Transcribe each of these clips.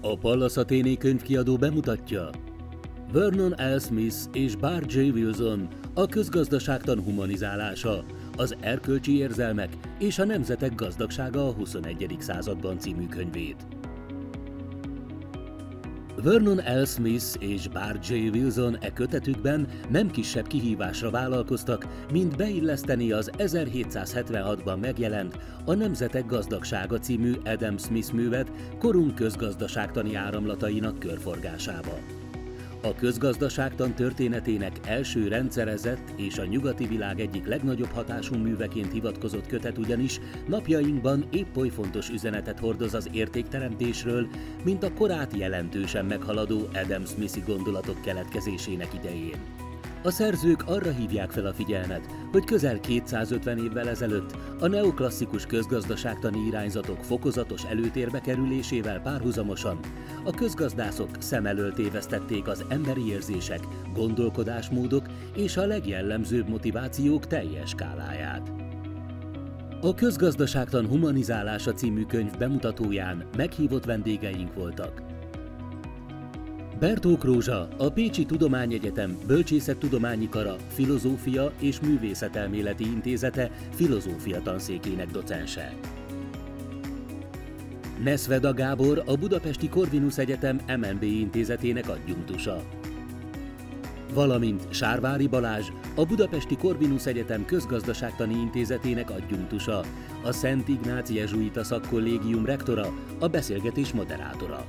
A Pallas Athéné könyvkiadó bemutatja Vernon L. Smith és Bart J. Wilson, a közgazdaságtan humanizálása, az erkölcsi érzelmek és a nemzetek gazdagsága a 21. században című könyvét. Vernon L. Smith és Bart J. Wilson e kötetükben nem kisebb kihívásra vállalkoztak, mint beilleszteni az 1776-ban megjelent A Nemzetek gazdagsága című Adam Smith művet korunk közgazdaságtani áramlatainak körforgásába. A közgazdaságtan történetének első rendszerezett és a nyugati világ egyik legnagyobb hatású műveként hivatkozott kötet ugyanis napjainkban épp oly fontos üzenetet hordoz az értékteremtésről, mint a korát jelentősen meghaladó Adam Smithi gondolatok keletkezésének idején. A szerzők arra hívják fel a figyelmet, hogy közel 250 évvel ezelőtt a neoklasszikus közgazdaságtani irányzatok fokozatos előtérbe kerülésével párhuzamosan a közgazdászok szem elől tévesztették az emberi érzések, gondolkodásmódok és a legjellemzőbb motivációk teljes skáláját. A Közgazdaságtan humanizálása című könyv bemutatóján meghívott vendégeink voltak. Bertók Rózsa, a Pécsi Tudományegyetem Bölcsészettudományi Kara Filozófia és Művészetelméleti Intézete filozófia tanszékének docense. Neszveda Gábor, a Budapesti Corvinus Egyetem MNB intézetének adjunktusa. Valamint Sárvári Balázs, a Budapesti Corvinus Egyetem Közgazdaságtani Intézetének adjunktusa, a Szent Ignác jezsuita szakkollégium rektora, a beszélgetés moderátora.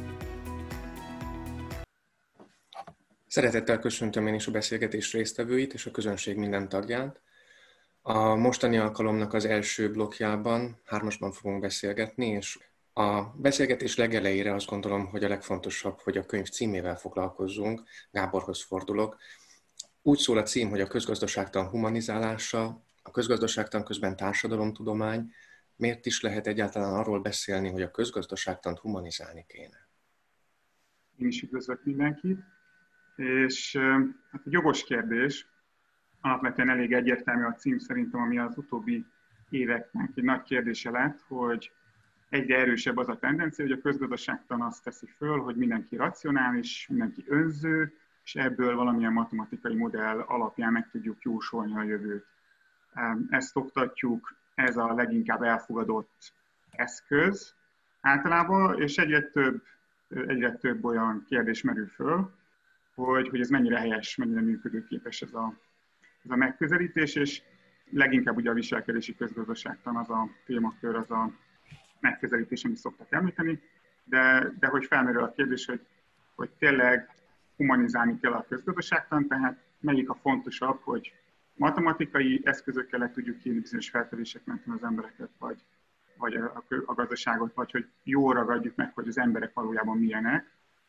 Szeretettel köszöntöm én is a beszélgetés résztvevőit és a közönség minden tagját. A mostani alkalomnak az első blokkjában, 3-asban fogunk beszélgetni, és a beszélgetés legelejére azt gondolom, hogy a legfontosabb, hogy a könyv címével foglalkozzunk. Gáborhoz fordulok. Úgy szól a cím, hogy a közgazdaságtan humanizálása, a közgazdaságtan közben társadalomtudomány. Miért is lehet egyáltalán arról beszélni, hogy a közgazdaságtant humanizálni kéne? Én is üdvözlök mindenkit. És hát egy jogos kérdés, alapvetően elég egyértelmű a cím szerintem, ami az utóbbi éveknek egy nagy kérdése lett, hogy egyre erősebb az a tendencia, hogy a közgazdaságtan azt teszi föl, hogy mindenki racionális, mindenki önző, és ebből valamilyen matematikai modell alapján meg tudjuk jósolni a jövőt. Ezt oktatjuk, ez a leginkább elfogadott eszköz általában, és egyre több olyan kérdés merül föl, hogy ez mennyire helyes, mennyire működőképes ez a megközelítés, és leginkább ugye a viselkedési közgazdaságtan az a témakör, az a megközelítés, amit szoktak említeni, de hogy felmerül a kérdés, hogy tényleg humanizálni kell a közgazdaságtan, tehát melyik a fontosabb, hogy matematikai eszközökkel le tudjuk írni bizonyos feltevések mentén az embereket, vagy a gazdaságot, vagy hogy jól ragadjuk meg, hogy az emberek valójában milyenek,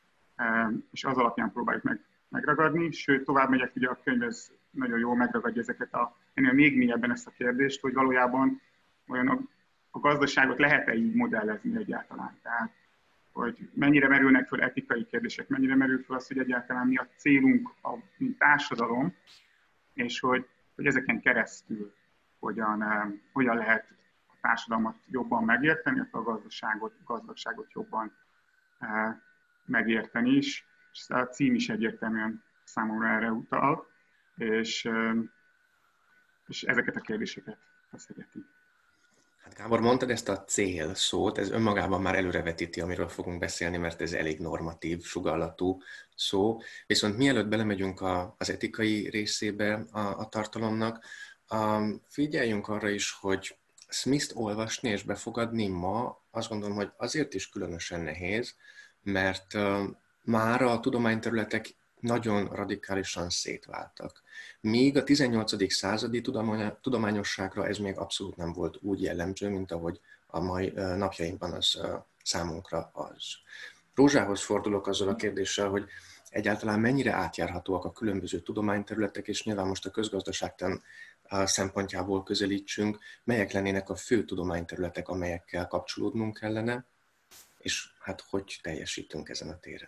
és az alapján próbáljuk megragadni, sőt, tovább megyek, ugye a könyv ez nagyon jól megragadja ezeket ennél még mélyebben ezt a kérdést, hogy valójában olyan a gazdaságot lehet-e így modellezni egyáltalán. Tehát, hogy mennyire merülnek fel etikai kérdések, mennyire merül fel az, hogy egyáltalán mi a célunk a társadalom, és hogy ezeken keresztül hogyan lehet a társadalmat jobban megérteni, a gazdagságot jobban megérteni is, és a cím is egyértelműen számomra erre utal, és ezeket a kérdéseket feszegeti. Hát Gábor, mondtad ezt a cél szót, ez önmagában már előrevetíti, amiről fogunk beszélni, mert ez elég normatív, sugallатú szó. Viszont mielőtt belemegyünk az etikai részébe a tartalomnak, figyeljünk arra is, hogy Smith-t olvasni és befogadni ma azt gondolom, hogy azért is különösen nehéz, mert már a tudományterületek nagyon radikálisan szétváltak. Míg a 18. századi tudományosságra ez még abszolút nem volt úgy jellemző, mint ahogy a mai napjainkban az számunkra az. Rózsához fordulok azzal a kérdéssel, hogy egyáltalán mennyire átjárhatóak a különböző tudományterületek, és nyilván most a közgazdaságtan szempontjából közelítsünk, melyek lennének a fő tudományterületek, amelyekkel kapcsolódnunk kellene, és hát hogy teljesítünk ezen a téren?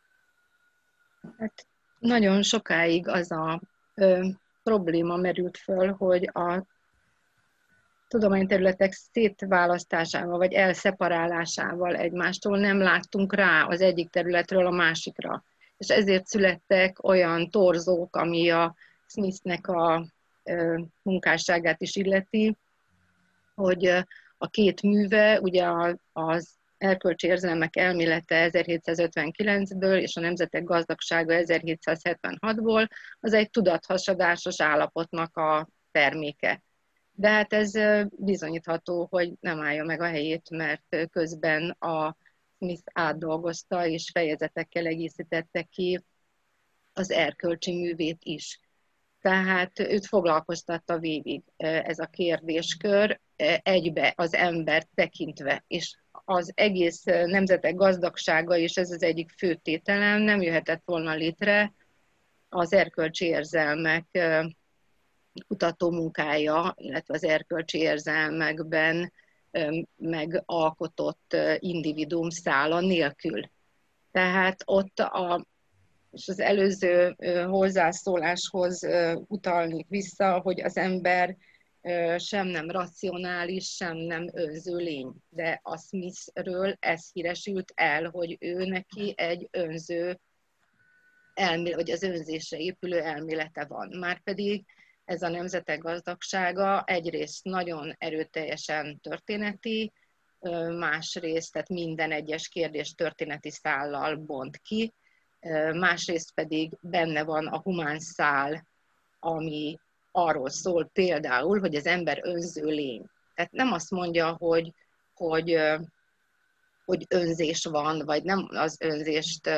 Hát nagyon sokáig az a probléma merült föl, hogy tudományterületek szétválasztásával, vagy elszeparálásával egymástól nem láttunk rá az egyik területről a másikra. És ezért születtek olyan torzók, ami a Smithnek a munkásságát is illeti, hogy a két műve, ugye az erkölcsi érzelmek elmélete 1759-ből és a nemzetek gazdagsága 1776-ból, az egy tudathasadásos állapotnak a terméke. De hát ez bizonyítható, hogy nem állja meg a helyét, mert közben a Smith átdolgozta és fejezetekkel egészítette ki az erkölcsi művét is. Tehát őt foglalkoztatta végig ez a kérdéskör egybe az embert tekintve, és az egész nemzetek gazdagsága, és ez az egyik fő tételem, nem jöhetett volna létre az erkölcsi érzelmek kutató munkája, illetve az erkölcsi érzelmekben megalkotott individuum szála nélkül. Tehát ott és az előző hozzászóláshoz utalnék vissza, hogy az ember sem nem racionális, sem nem önző lény. De a Smithről ez híresült el, hogy ő neki egy önző elmélet, vagy az önzésre épülő elmélete van. Márpedig ez a nemzetek gazdagsága egyrészt nagyon erőteljesen történeti, másrészt, tehát minden egyes kérdés történeti szállal bont ki, másrészt pedig benne van a humán szál, ami arról szól például, hogy az ember önző lény. Tehát nem azt mondja, hogy önzés van, vagy nem az önzést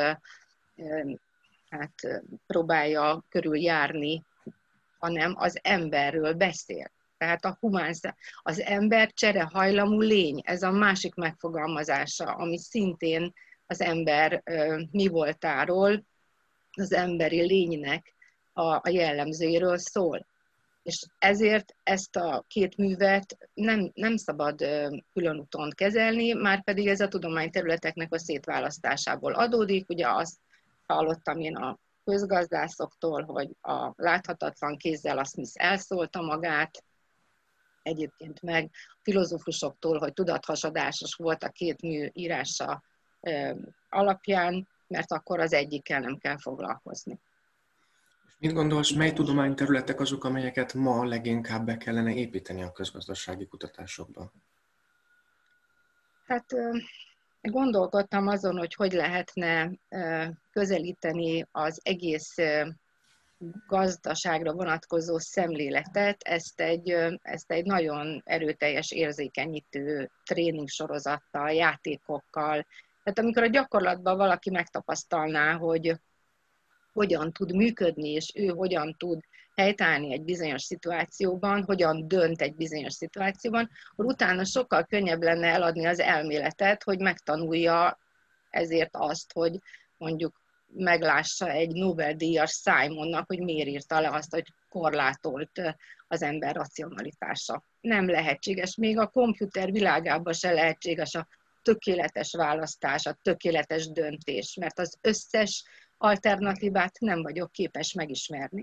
próbálja körüljárni, hanem az emberről beszél. Tehát az ember cserehajlamú lény, ez a másik megfogalmazása, ami szintén az ember mi voltáról, az emberi lénynek a jellemzőiről szól. És ezért ezt a két művet nem szabad külön úton kezelni, már pedig ez a tudományterületeknek a szétválasztásából adódik. Ugye azt hallottam én a közgazdászoktól, hogy a láthatatlan kézzel a Smith elszólta magát, egyébként meg filozófusoktól, hogy tudathasadásos volt a két mű írása alapján, mert akkor az egyikkel nem kell foglalkozni. Mit gondolsz, mely tudományterületek azok, amelyeket ma leginkább be kellene építeni a közgazdasági kutatásokba? Hát gondolkodtam azon, hogy lehetne közelíteni az egész gazdaságra vonatkozó szemléletet, ezt egy nagyon erőteljes érzékenyítő tréningssorozattal, játékokkal. Tehát amikor a gyakorlatban valaki megtapasztalná, hogy hogyan tud működni, és ő hogyan tud helytállni egy bizonyos szituációban, hogyan dönt egy bizonyos szituációban, akkor utána sokkal könnyebb lenne eladni az elméletet, hogy megtanulja ezért azt, hogy mondjuk meglássa egy Nobel-díjas Simonnak, hogy miért írta le azt, hogy korlátolt az ember racionalitása. Nem lehetséges, még a komputer világában se lehetséges a tökéletes választás, a tökéletes döntés, mert az összes alternatívát nem vagyok képes megismerni.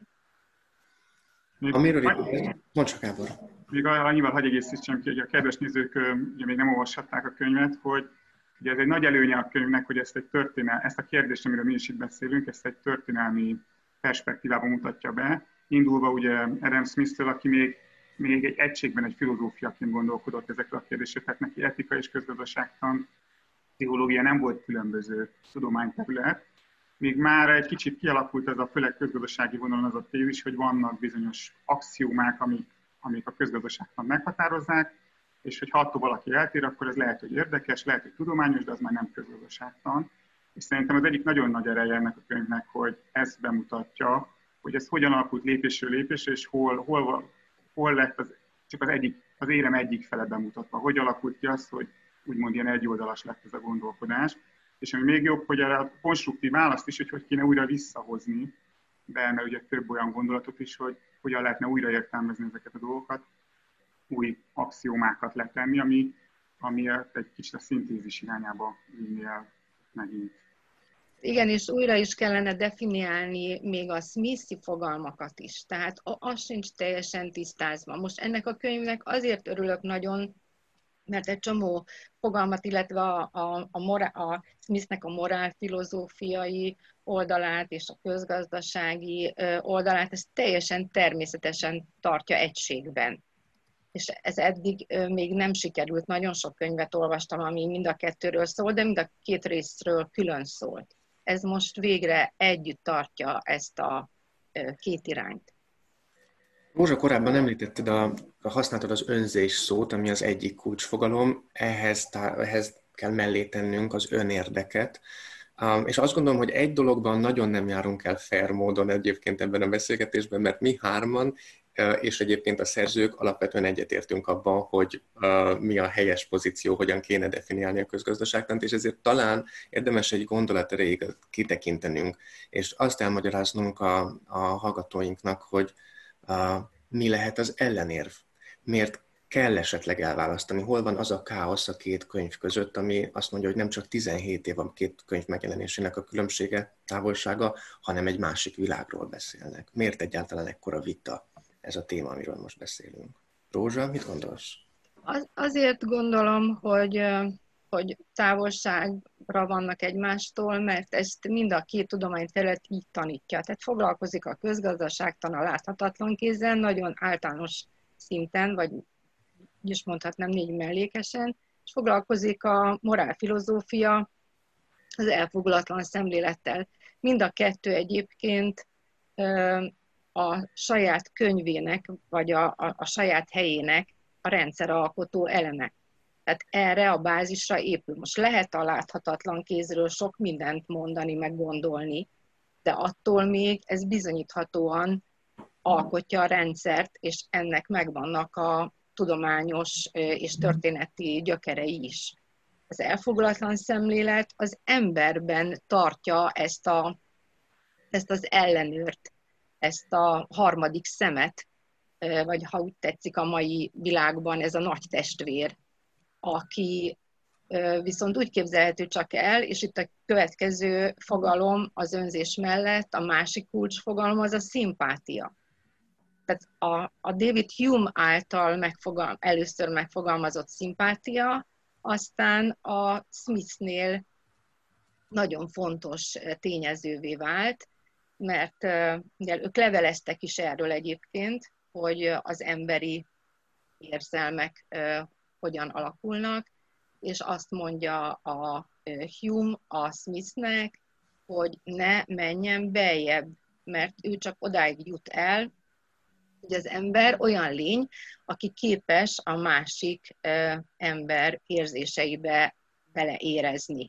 Mondd csak, Gábor. Még annyival hadd egészítsem ki, hogy a kedves nézők ugye még nem olvashatták a könyvet, hogy ugye ez egy nagy előnye a könyvnek, hogy ezt a kérdést, amiről mi is itt beszélünk, ezt egy történelmi perspektívában mutatja be. Indulva ugye Adam Smith-től, aki még egy egységben egy filozófiaként gondolkodott ezekről a kérdésekről, tehát neki etika és közgazdaságtan, pszichológia nem volt különböző tudományterület, még már egy kicsit kialakult ez a főleg közgazdasági vonalon az a tézis, hogy vannak bizonyos axiómák, amik a közgazdaságtan meghatározzák, és hogy ha attól valaki eltér, akkor ez lehet, hogy érdekes, lehet, hogy tudományos, de az már nem közgazdaságtan. És szerintem az egyik nagyon nagy ereje ennek a könyvnek, hogy ezt bemutatja, hogy ez hogyan alakult lépésről lépésre, és hol lett csak az érem egyik fele bemutatva. Hogy alakult ki az, hogy úgymond ilyen egyoldalas lett ez a gondolkodás. És ami még jobb, hogy a konstruktív választ is, hogy kéne újra visszahozni, beemel ugye több olyan gondolatot is, hogy hogyan lehetne újra értelmezni ezeket a dolgokat, új axiómákat letenni, ami egy kicsit a szintézis irányába vinni el megint. igen, és újra is kellene definiálni még a Smith-i fogalmakat is. Tehát az sincs teljesen tisztázva. Most ennek a könyvnek azért örülök nagyon, mert egy csomó fogalmat, illetve a Smithnek a morálfilozófiai oldalát és a közgazdasági oldalát, ez teljesen természetesen tartja egységben. És ez eddig még nem sikerült. Nagyon sok könyvet olvastam, ami mind a kettőről szól, de mind a két részről külön szólt. Ez most végre együtt tartja ezt a két irányt. Rózsa, korábban említetted, használtad az önzés szót, ami az egyik kulcsfogalom, ehhez kell mellé tennünk az önérdeket. És azt gondolom, hogy egy dologban nagyon nem járunk el fair módon egyébként ebben a beszélgetésben, mert mi hárman, és egyébként a szerzők alapvetően egyetértünk abban, hogy mi a helyes pozíció, hogyan kéne definiálni a közgazdaságtant, és ezért talán érdemes egy gondolat erejéig kitekintenünk, és azt elmagyaráznunk a hallgatóinknak, hogy mi lehet az ellenérv, miért kell esetleg elválasztani, hol van az a káosz a két könyv között, ami azt mondja, hogy nem csak 17 év a két könyv megjelenésének a különbsége, távolsága, hanem egy másik világról beszélnek. Miért egyáltalán ekkora vita ez a téma, amiről most beszélünk? Rózsa, mit gondolsz? Azért gondolom, hogy távolságra vannak egymástól, mert ezt mind a két tudományterület így tanítja. Tehát foglalkozik a közgazdaságtan a láthatatlan kézzel, nagyon általános szinten, vagy így is mondhatnám 4 mellékesen, és foglalkozik a morálfilozófia az elfogulatlan szemlélettel. Mind a kettő egyébként a saját könyvének, vagy a saját helyének a rendszeralkotó eleme. Tehát erre a bázisra épül. Most lehet a láthatatlan kézről sok mindent mondani, meg gondolni, de attól még ez bizonyíthatóan alkotja a rendszert, és ennek megvannak a tudományos és történeti gyökerei is. Az elfogulatlan szemlélet az emberben tartja ezt az ellenőrt, ezt a harmadik szemet, vagy ha úgy tetszik a mai világban, ez a nagy testvér, aki viszont úgy képzelhető csak el, és itt a következő fogalom az önzés mellett, a másik kulcsfogalom az a szimpátia. Tehát a David Hume által először megfogalmazott szimpátia, aztán a Smithnél nagyon fontos tényezővé vált, mert ugye, ők leveleztek is erről egyébként, hogy az emberi érzelmek hogyan alakulnak, és azt mondja a Hume a Smithnek, hogy ne menjen beljebb, mert ő csak odáig jut el, hogy az ember olyan lény, aki képes a másik ember érzéseibe beleérezni.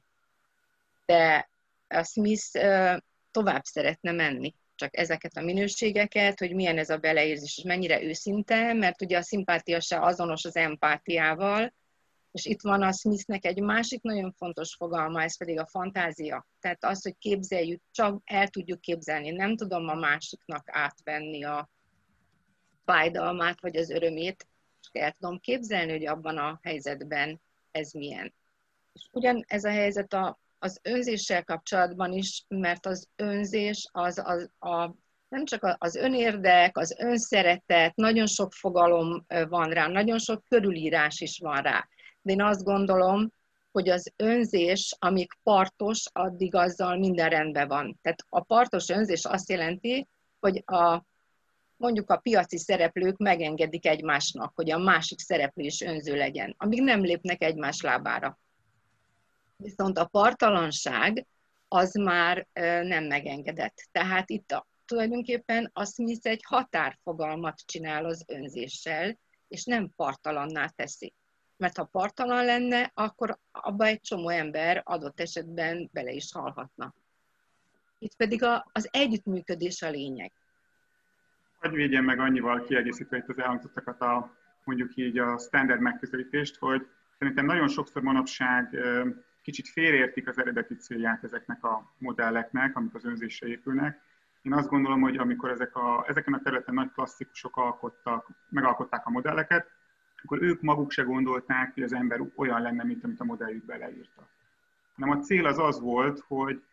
De a Smith tovább szeretne menni, csak ezeket a minőségeket, hogy milyen ez a beleérzés, és mennyire őszinte, mert ugye a szimpátia se azonos az empátiával, és itt van a Smithnek egy másik nagyon fontos fogalma, ez pedig a fantázia. Tehát az, hogy képzeljük, csak el tudjuk képzelni, nem tudom a másiknak átvenni a fájdalmát, vagy az örömét, és el tudom képzelni, hogy abban a helyzetben ez milyen. És ugyan ez a helyzet az önzéssel kapcsolatban is, mert az önzés nem csak az önérdek, az önszeretet, nagyon sok fogalom van rá, nagyon sok körülírás is van rá. De én azt gondolom, hogy az önzés, amíg partos, addig azzal minden rendben van. Tehát a partos önzés azt jelenti, hogy mondjuk a piaci szereplők megengedik egymásnak, hogy a másik szereplő is önző legyen, amíg nem lépnek egymás lábára. Viszont a partalanság az már nem megengedett. Tehát itt tulajdonképpen a Smith egy határfogalmat csinál az önzéssel, és nem partalanná teszi. Mert ha partalan lenne, akkor abba egy csomó ember adott esetben bele is halhatna. Itt pedig az együttműködés a lényeg. Hadd védjen meg annyival kiegészítve itt az elhangzottakat, mondjuk így a standard megközelítést, hogy szerintem nagyon sokszor manapság kicsit félreértik az eredeti célját ezeknek a modelleknek, amik az önzésre épülnek. Én azt gondolom, hogy amikor ezeken a területen nagy klasszikusok megalkották a modelleket, akkor ők maguk se gondolták, hogy az ember olyan lenne, mint amit a modelljük beleírta. Hanem a cél az volt, hogy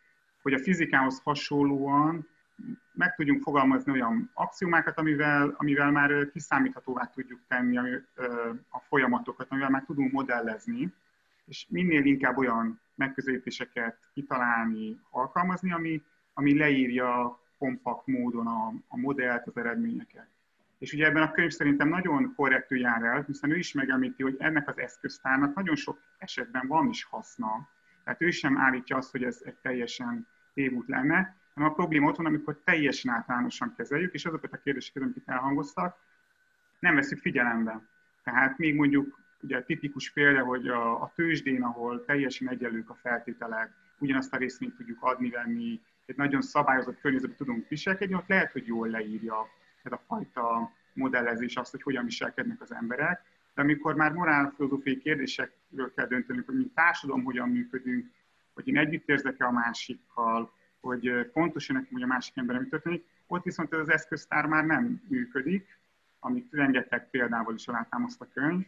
hogy a fizikához hasonlóan meg tudjunk fogalmazni olyan axiomákat, amivel már kiszámíthatóvá tudjuk tenni a folyamatokat, amivel már tudunk modellezni, és minél inkább olyan megközelítéseket kitalálni, alkalmazni, ami leírja kompakt módon a modellt, az eredményeket. És ugye ebben a könyv szerintem nagyon korrektül jár el, hiszen ő is megemlíti, hogy ennek az eszköztárnak nagyon sok esetben van is haszna. Tehát ő sem állítja azt, hogy ez egy teljesen tévút lenne, hanem a probléma ott van, amikor teljesen általánosan kezeljük, és azokat a kérdéseket, amik itt elhangoztak, nem veszük figyelembe. Tehát még mondjuk ugye a tipikus példa, hogy a tőzsdén, ahol teljesen egyenlők a feltételek, ugyanazt a részvényt tudjuk adni-venni, egy nagyon szabályozott környezetben tudunk viselkedni, ott lehet, hogy jól leírja ez a fajta modellezés azt, hogy hogyan viselkednek az emberek, de amikor már morálfilozófiai kérdésekről kell döntenünk, hogy mi társadalom hogyan működünk, hogy én együtt érzek-e a másikkal, hogy fontos nekem, hogy a másik emberem mi történik, ott viszont ez az eszköztár már nem működik, amit rengeteg példával is alátámaszt a könyv.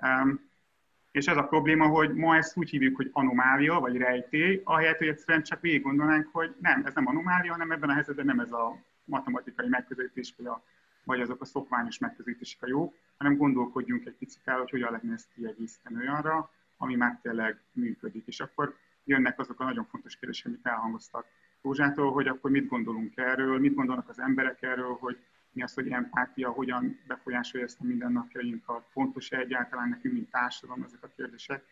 És ez a probléma, hogy ma ezt úgy hívjuk, hogy anomália, vagy rejtély, ahelyett, hogy egyszerűen csak végig gondolnánk, hogy nem, ez nem anomália, hanem ebben a helyzetben nem ez a matematikai megközelítés, vagy azok a szokványos megközelítések a jók, hanem gondolkodjunk egy picit el, hogy hogyan lehetne ezt kiegészíteni olyanra, ami már tényleg működik. És akkor jönnek azok a nagyon fontos kérdések, amit elhangoztak Rózsától, hogy akkor mit gondolunk erről, mit gondolnak az emberek erről, hogy mi az, hogy empátia, hogyan befolyásolja ezt a mindennapjainkat, fontos-e egyáltalán nekünk, mint társadalom, ezek a kérdések.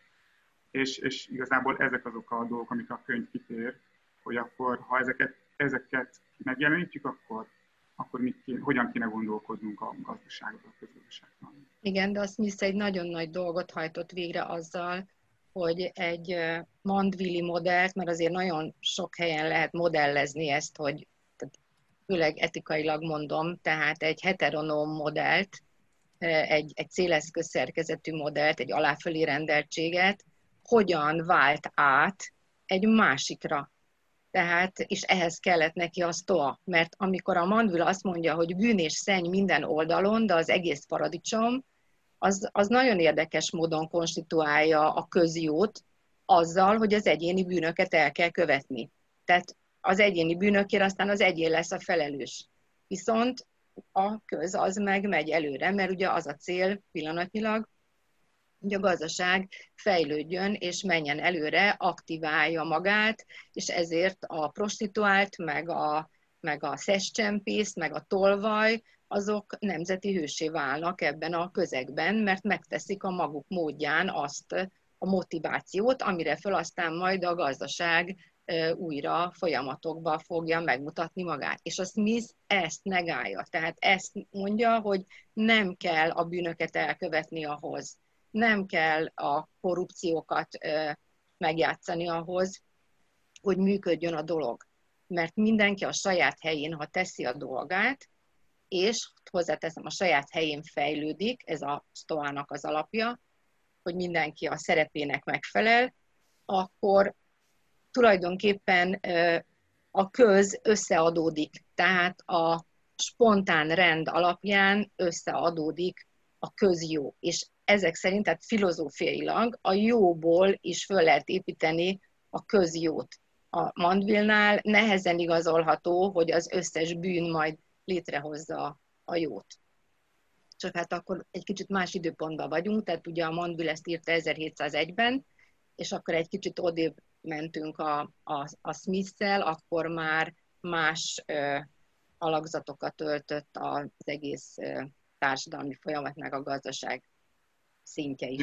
És igazából ezek azok a dolgok, amik a könyv kitér, hogy akkor, ha ezeket megjelenítjük, akkor hogyan kéne gondolkodnunk a gazdaságban, a közgazdaságban. Igen, de a Smith egy nagyon nagy dolgot hajtott végre azzal, hogy egy Mandeville modellt, mert azért nagyon sok helyen lehet modellezni ezt, hogy főleg etikailag mondom, tehát egy heteronóm modellt, egy céleszköz szerkezetű modellt, egy aláfölé rendeltséget, hogyan vált át egy másikra. Tehát, és ehhez kellett neki a sztoa, mert amikor a Mandeville azt mondja, hogy bűn és szenny minden oldalon, de az egész paradicsom, az nagyon érdekes módon konstituálja a közjót azzal, hogy az egyéni bűnöket el kell követni. Tehát az egyéni bűnökért aztán az egyén lesz a felelős. Viszont a köz az meg megy előre, mert ugye az a cél pillanatnyilag, hogy a gazdaság fejlődjön és menjen előre, aktiválja magát, és ezért a prostituált, meg a szexcsempész, meg a tolvaj, azok nemzeti hőssé válnak ebben a közegben, mert megteszik a maguk módján azt a motivációt, amire föl aztán majd a gazdaság újra folyamatokba fogja megmutatni magát. És a Smith ezt megállja. Tehát ezt mondja, hogy nem kell a bűnöket elkövetni ahhoz, nem kell a korrupciókat megjátszani ahhoz, hogy működjön a dolog. Mert mindenki a saját helyén, ha teszi a dolgát, és hozzáteszem, a saját helyén fejlődik, ez a sztoának az alapja, hogy mindenki a szerepének megfelel, akkor tulajdonképpen a köz összeadódik. Tehát a spontán rend alapján összeadódik a közjó. És ezek szerint, tehát filozófiailag a jóból is föl lehet építeni a közjót. A Mandeville-nál nehezen igazolható, hogy az összes bűn majd létrehozza a jót. Csak hát akkor egy kicsit más időpontban vagyunk, tehát ugye a Mandeville ezt írta 1701-ben, és akkor egy kicsit odébb mentünk a Smith-szel, akkor már más alakzatokat öltött az egész társadalmi folyamat, meg a gazdaság szintje is.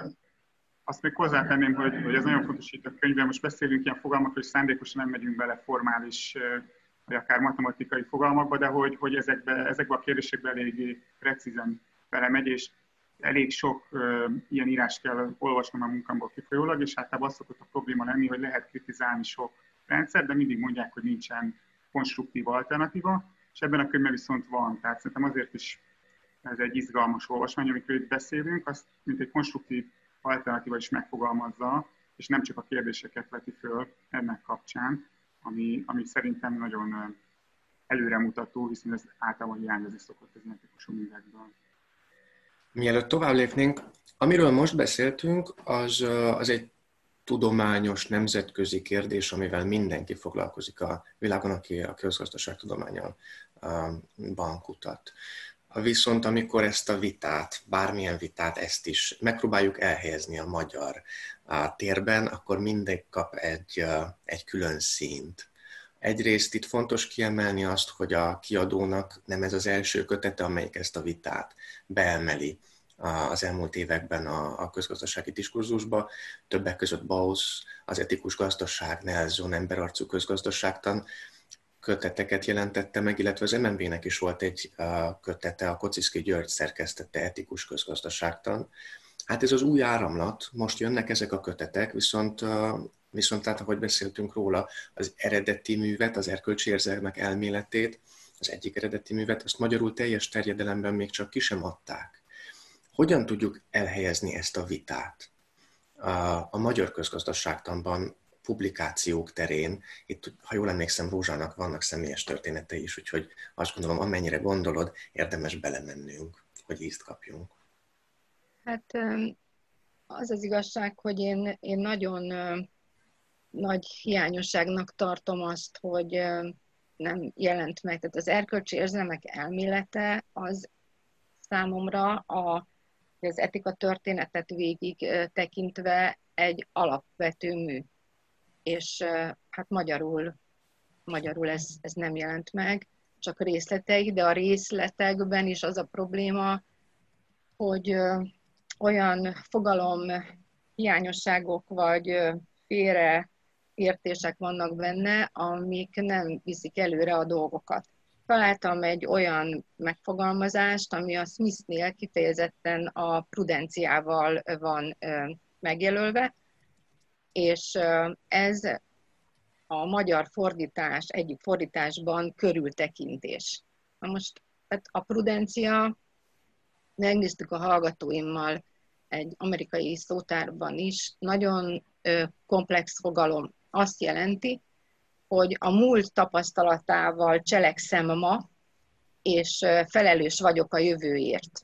Azt még hozzátenném, hogy ez nagyon fontos itt a könyvben, most beszélünk ilyen fogalmakról, hogy szándékosan nem megyünk bele formális, vagy akár matematikai fogalmakba, de hogy ezekbe a kérdésekbe eléggé precízen belemegy, és elég sok ilyen írást kell olvasnom a munkámból kifolyólag, és általában az szokott a probléma lenni, hogy lehet kritizálni sok rendszer, de mindig mondják, hogy nincsen konstruktív alternatíva, és ebben a könyvben viszont van. Tehát szerintem azért is ez egy izgalmas olvasmány, amikor itt beszélünk, azt mint egy konstruktív alternatíva is megfogalmazza, és nem csak a kérdéseket veti föl ennek kapcsán, ami szerintem nagyon előremutató, hiszen ez általában hiányozni szokott ez ilyen típusú művekből. Mielőtt tovább lépnénk, amiről most beszéltünk, az egy tudományos, nemzetközi kérdés, amivel mindenki foglalkozik a világon, aki a közgazdaságtudománnyal kutat. Viszont amikor ezt a vitát, bármilyen vitát, ezt is megpróbáljuk elhelyezni a magyar térben, akkor mindegy kap egy külön színt. Egyrészt itt fontos kiemelni azt, hogy a kiadónak nem ez az első kötete, amelyik ezt a vitát beemeli az elmúlt években a közgazdasági diskurzusba. Többek között Bausz, az etikus gazdaság, Nelson, emberarcú közgazdaságtan köteteket jelentette meg, illetve az MNB-nek is volt egy kötete, a Kocziszki György szerkesztette, etikus közgazdaságtan. Hát ez az új áramlat, most jönnek ezek a kötetek, viszont tehát, ahogy beszéltünk róla, az eredeti művet, az erkölcsi érzelmek elméletét, az egyik eredeti művet, azt magyarul teljes terjedelemben még csak ki sem adták. Hogyan tudjuk elhelyezni ezt a vitát a magyar közgazdaságtanban, publikációk terén? Itt, ha jól emlékszem, Rózsának vannak személyes történetei is, úgyhogy azt gondolom, amennyire gondolod, érdemes belemennünk, hogy ízt kapjunk. Hát az az igazság, hogy én nagyon nagy hiányosságnak tartom azt, hogy nem jelent meg. Tehát az erkölcsi érzelmek elmélete az számomra az etika történetet végig tekintve egy alapvető mű. És hát magyarul ez nem jelent meg, csak részletei, de a részletekben is az a probléma, hogy olyan fogalom hiányosságok vagy félreértések vannak benne, amik nem viszik előre a dolgokat. Találtam egy olyan megfogalmazást, ami a Smithnél kifejezetten a prudenciával van megjelölve, és ez a magyar fordítás, egyik fordításban körültekintés. Na most hát a prudencia, megnéztük a hallgatóimmal egy amerikai szótárban is, nagyon komplex fogalom. Azt jelenti, hogy a múlt tapasztalatával cselekszem ma, és felelős vagyok a jövőért.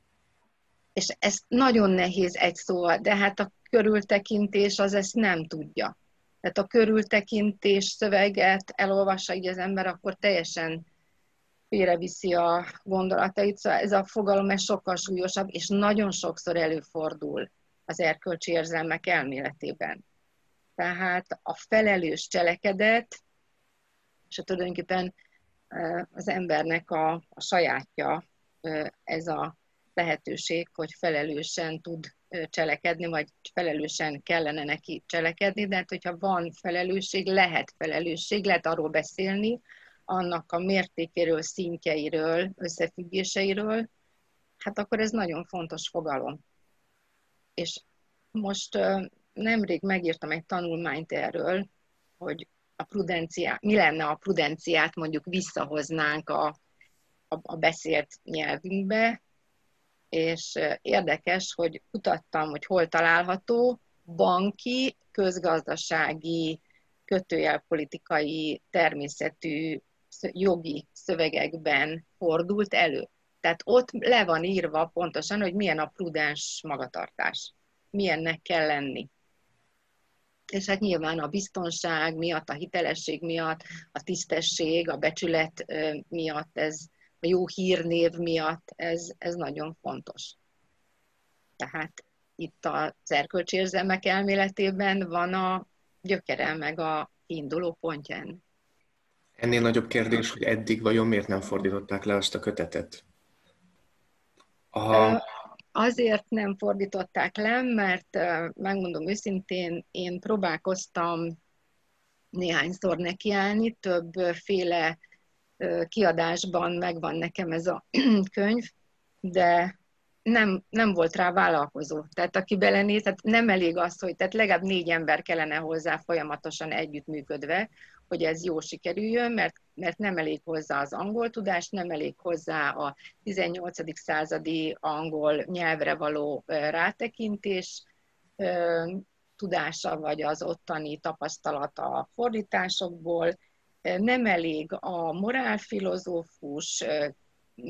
És ez nagyon nehéz egy szóval, de hát a körültekintés az ezt nem tudja. Tehát a körültekintés szöveget elolvassa így az ember, akkor teljesen félreviszi a gondolatait. Szóval ez a fogalom ez sokkal súlyosabb, és nagyon sokszor előfordul az erkölcsi érzelmek elméletében. Tehát a felelős cselekedet, és tulajdonképpen az embernek a sajátja ez a lehetőség, hogy felelősen tud cselekedni, vagy felelősen kellene neki cselekedni, de hát hogyha van felelősség, lehet arról beszélni, annak a mértékéről, szintjeiről, összefüggéseiről, hát akkor ez nagyon fontos fogalom. És most nemrég megírtam egy tanulmányt erről, hogy mi lenne a prudenciát mondjuk visszahoznánk a beszélt nyelvünkbe, és érdekes, hogy kutattam, hogy hol található, banki, közgazdasági, kötőjelpolitikai természetű jogi szövegekben fordult elő. Tehát ott le van írva pontosan, hogy milyen a prudens magatartás, milyennek kell lenni. És hát nyilván a biztonság miatt, a hitelesség miatt, a tisztesség, a becsület miatt, a jó hírnév miatt ez nagyon fontos. Tehát itt az erkölcsi érzelmek elméletében van a gyökere, meg a kiinduló pontja. Ennél nagyobb kérdés, hogy eddig vajon miért nem fordították le azt a kötetet? Azért nem fordították le, mert megmondom őszintén, én próbálkoztam néhányszor nekiállni, többféle kiadásban megvan nekem ez a könyv, de nem volt rá vállalkozó. Tehát aki belenéz, tehát nem elég az, hogy tehát legalább 4 ember kellene hozzá folyamatosan együttműködve, hogy ez jó sikerüljön, mert nem elég hozzá az angol tudás, nem elég hozzá a 18. századi angol nyelvre való rátekintés tudása, vagy az ottani tapasztalata a fordításokból, nem elég a morálfilozófus,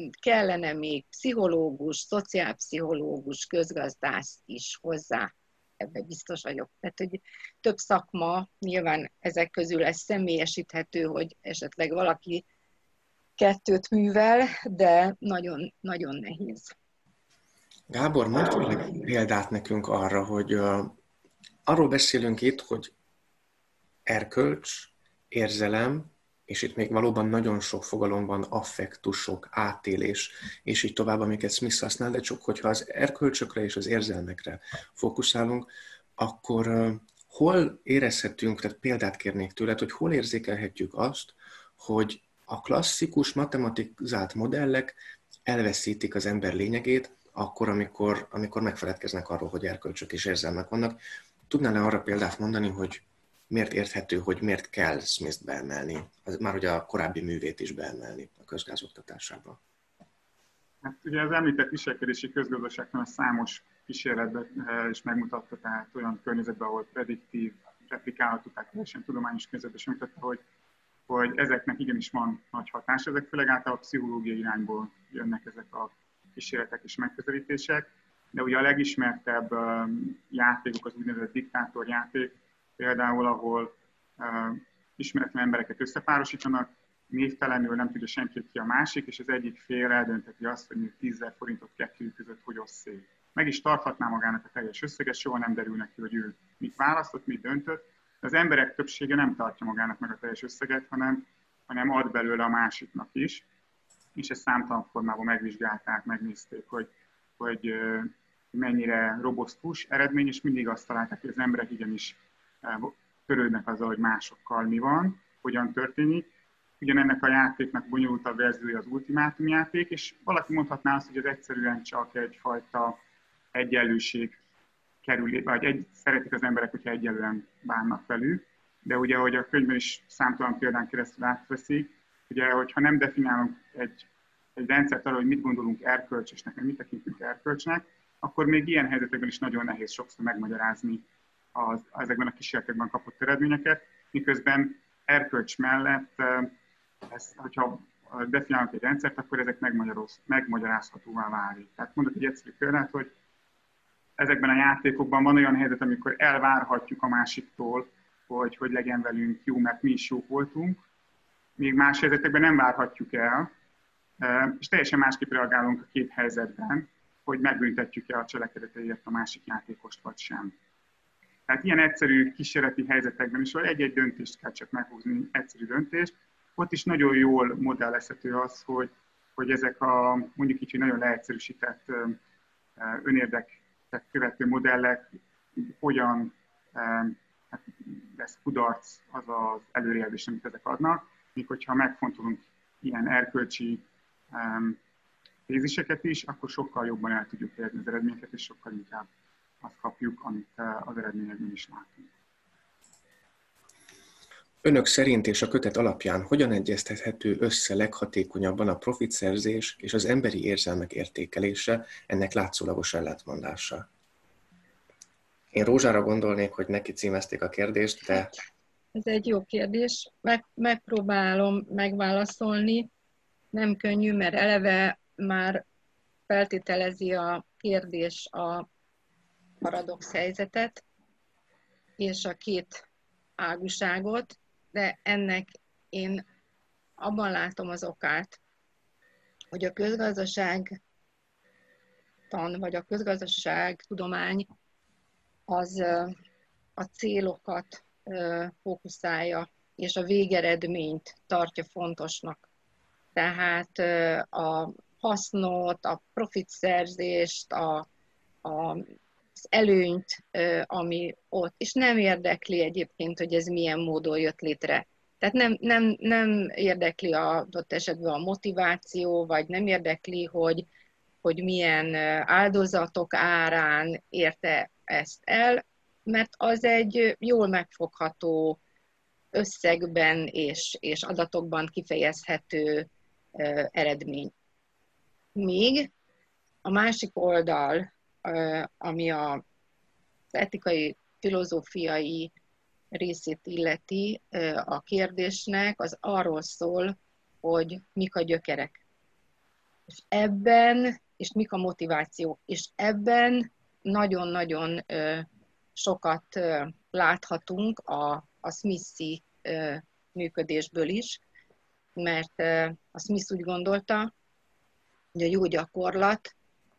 kellene még pszichológus, szociálpszichológus, közgazdász is hozzá. ebben biztos vagyok. Tehát, hogy több szakma, nyilván ezek közül ez személyesíthető, hogy esetleg valaki kettőt művel, de nagyon, nagyon nehéz. Gábor, mondj kérlek példát nekünk arra, hogy arról beszélünk itt, hogy erkölcs, érzelem, és itt még valóban nagyon sok fogalom van, affektusok, átélés, és így tovább, amiket Smith használ, de csak hogyha az erkölcsökre és az érzelmekre fókuszálunk, akkor hol érezhetünk, tehát példát kérnék tőled, hogy hol érzékelhetjük azt, hogy a klasszikus matematizált modellek elveszítik az ember lényegét, akkor, amikor megfeledkeznek arról, hogy erkölcsök és érzelmek vannak. Tudnál-e arra példát mondani, hogy miért érthető, hogy miért kell Smith-t beemelni, már ugye a korábbi művét is beemelni a közgázoktatásába? Hát ugye az említett viselkedési közgazdaságtan a számos kísérletben is megmutatta, tehát olyan környezetben, ahol prediktív, replikálható, tehát teljesen tudományos környezetben is mutatta, hogy ezeknek igenis van nagy hatás. Ezek főleg általában pszichológiai irányból jönnek ezek a kísérletek és megközelítések, de ugye a legismertebb játékok az úgynevezett diktátorjáték, például ahol ismeretlen embereket összepárosítanak, névtelenül nem tudja senki, ki a másik, és az egyik fél eldönteti azt, hogy 10 000 forintot kettőjük között hogy oszt szét. Meg is tarthatná magának a teljes összeget, soha nem derül neki, hogy ő mit választott, mit döntött. De az emberek többsége nem tartja magának meg a teljes összeget, hanem ad belőle a másiknak is. És ezt számtalan formában megvizsgálták, megnézték, hogy mennyire robosztus eredmény, és mindig azt találták, hogy az emberek igenis törődnek azzal, hogy másokkal mi van, hogyan történik. Ugyanennek a játéknak bonyolultabb verziója az ultimátumjáték, és valaki mondhatná azt, hogy ez egyszerűen csak egyfajta egyenlőség kerül, vagy szeretik az emberek, hogyha egyenlően bánnak velük, de ugye, ahogy a könyvben is számtalan példán keresztül átveszik, ugye, hogyha nem definiálunk egy rendszert arra, hogy mit gondolunk erkölcsösnek, vagy mit tekintünk erkölcsnek, akkor még ilyen helyzetekben is nagyon nehéz sokszor megmagyarázni ezekben a kísérletekben kapott eredményeket, miközben erkölcs mellett, hogyha definiálunk egy rendszert, akkor ezek megmagyarázhatóvá válik. Tehát mondok egy egyszerű példát, hogy ezekben a játékokban van olyan helyzet, amikor elvárhatjuk a másiktól, hogy legyen velünk jó, mert mi is jók voltunk, még más helyzetekben nem várhatjuk el, és teljesen másképp reagálunk a két helyzetben, hogy megbüntetjük-e a cselekedeteiért a másik játékost, vagy sem. Tehát ilyen egyszerű kísérleti helyzetekben is, vagy egy-egy döntést kell csak meghúzni, egyszerű döntést, ott is nagyon jól modellezhető az, hogy ezek a mondjuk így, hogy nagyon leegyszerűsített önérdeket követő modellek hogyan lesz kudarc az az előrejelzés, amit ezek adnak, míg hogyha megfontolunk ilyen erkölcsi téziseket is, akkor sokkal jobban el tudjuk érni az eredményeket, és sokkal inkább azt kapjuk, amit az eredményekben is látunk. Önök szerint és a kötet alapján hogyan egyeztethető össze leghatékonyabban a profitszerzés és az emberi érzelmek értékelése, ennek látszólagos ellentmondása? Én Rózsára gondolnék, hogy neki címezték a kérdést, de... Ez egy jó kérdés. Megpróbálom megválaszolni. Nem könnyű, mert eleve már feltételezi a kérdés a paradox helyzetet és a két ágúságot, de ennek én abban látom az okát, hogy a közgazdaságtan vagy a közgazdaságtudomány az a célokat fókuszálja, és a végeredményt tartja fontosnak. Tehát a hasznot, a profitszerzést, az előnyt, ami ott, és nem érdekli egyébként, hogy ez milyen módon jött létre. Tehát nem érdekli adott esetben a motiváció, vagy nem érdekli, hogy milyen áldozatok árán érte ezt el, mert az egy jól megfogható összegben és adatokban kifejezhető eredmény. Míg a másik oldal, ami az etikai, filozófiai részét illeti a kérdésnek, az arról szól, hogy mik a gyökerek. És mik a motivációk. És ebben nagyon-nagyon sokat láthatunk a Smith-i működésből is, mert a Smith úgy gondolta, hogy a jó gyakorlat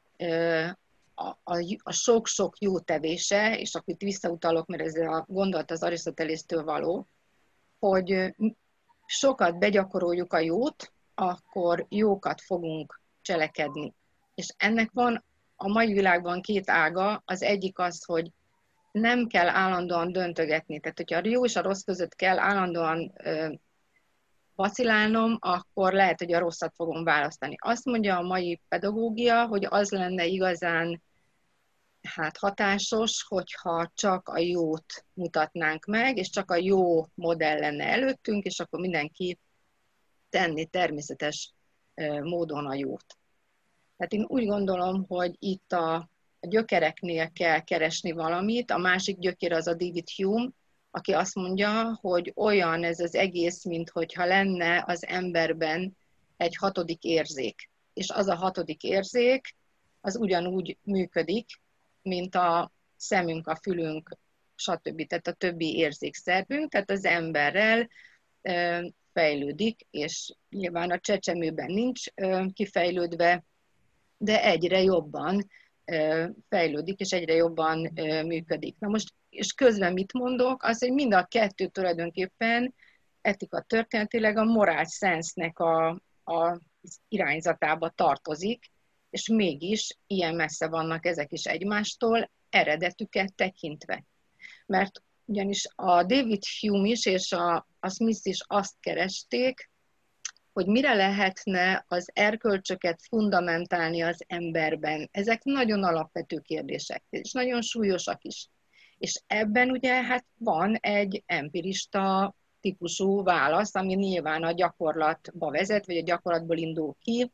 a sok-sok jó tevése, és akkor itt visszautalok, mert ez a gondolat az Arisztotelésztől való, hogy sokat begyakoroljuk a jót, akkor jókat fogunk cselekedni. És ennek van a mai világban két ága, az egyik az, hogy nem kell állandóan döntögetni. Tehát, hogyha a jó és a rossz között kell állandóan vacilálnom, akkor lehet, hogy a rosszat fogom választani. Azt mondja a mai pedagógia, hogy az lenne igazán hatásos, hogyha csak a jót mutatnánk meg, és csak a jó modell lenne előttünk, és akkor mindenki tenni természetes módon a jót. Tehát én úgy gondolom, hogy itt a gyökereknél kell keresni valamit. A másik gyökér az a David Hume, aki azt mondja, hogy olyan ez az egész, minthogyha lenne az emberben egy hatodik érzék. És az a hatodik érzék, az ugyanúgy működik, mint a szemünk, a fülünk, stb. Tehát a többi érzékszervünk, tehát az emberrel fejlődik, és nyilván a csecsemőben nincs kifejlődve, de egyre jobban fejlődik, és egyre jobban működik. Na most, és közben mit mondok? Az, hogy mind a kettő tulajdonképpen etika történetileg a moral sense-nek a irányzatába tartozik, és mégis ilyen messze vannak ezek is egymástól, eredetüket tekintve. Mert ugyanis a David Hume is és a Smith is azt keresték, hogy mire lehetne az erkölcsöket fundamentálni az emberben. Ezek nagyon alapvető kérdések, és nagyon súlyosak is. És ebben ugye van egy empirista típusú válasz, ami nyilván a gyakorlatba vezet, vagy a gyakorlatból indul ki,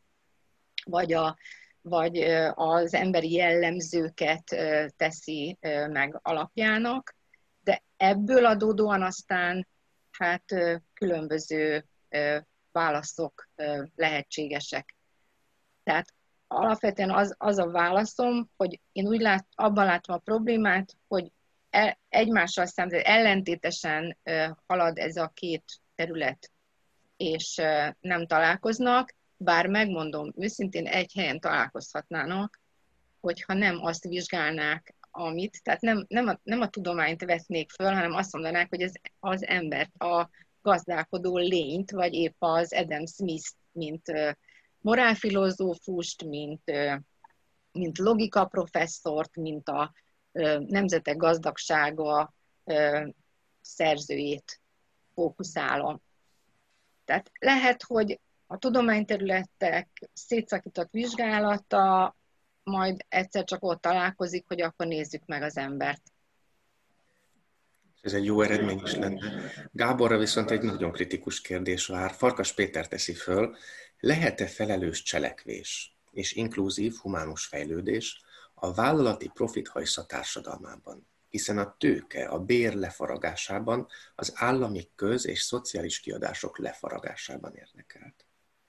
vagy az emberi jellemzőket teszi meg alapjának, de ebből adódóan aztán különböző válaszok lehetségesek. Tehát alapvetően az a válaszom, hogy én úgy abban látom a problémát, hogy egymással szemben ellentétesen halad ez a két terület, és nem találkoznak, bár megmondom őszintén, egy helyen találkozhatnának, hogyha nem azt vizsgálnák, tehát nem a tudományt vetnék föl, hanem azt mondanák, hogy ez az embert, a gazdálkodó lényt, vagy épp az Adam Smith, mint morálfilozófust, mint logika professzort, mint a Nemzetek gazdagsága szerzőjét fókuszálom. Tehát lehet, hogy a tudományterületek szétszakított vizsgálata majd egyszer csak ott találkozik, hogy akkor nézzük meg az embert. Ez egy jó eredmény is lenne. Gáborra viszont egy nagyon kritikus kérdés vár. Farkas Péter teszi föl, lehet-e felelős cselekvés és inkluzív humánus fejlődés a vállalati profithajsza társadalmában? Hiszen a tőke, a bér lefaragásában, az állami köz- és szociális kiadások lefaragásában érdekelt.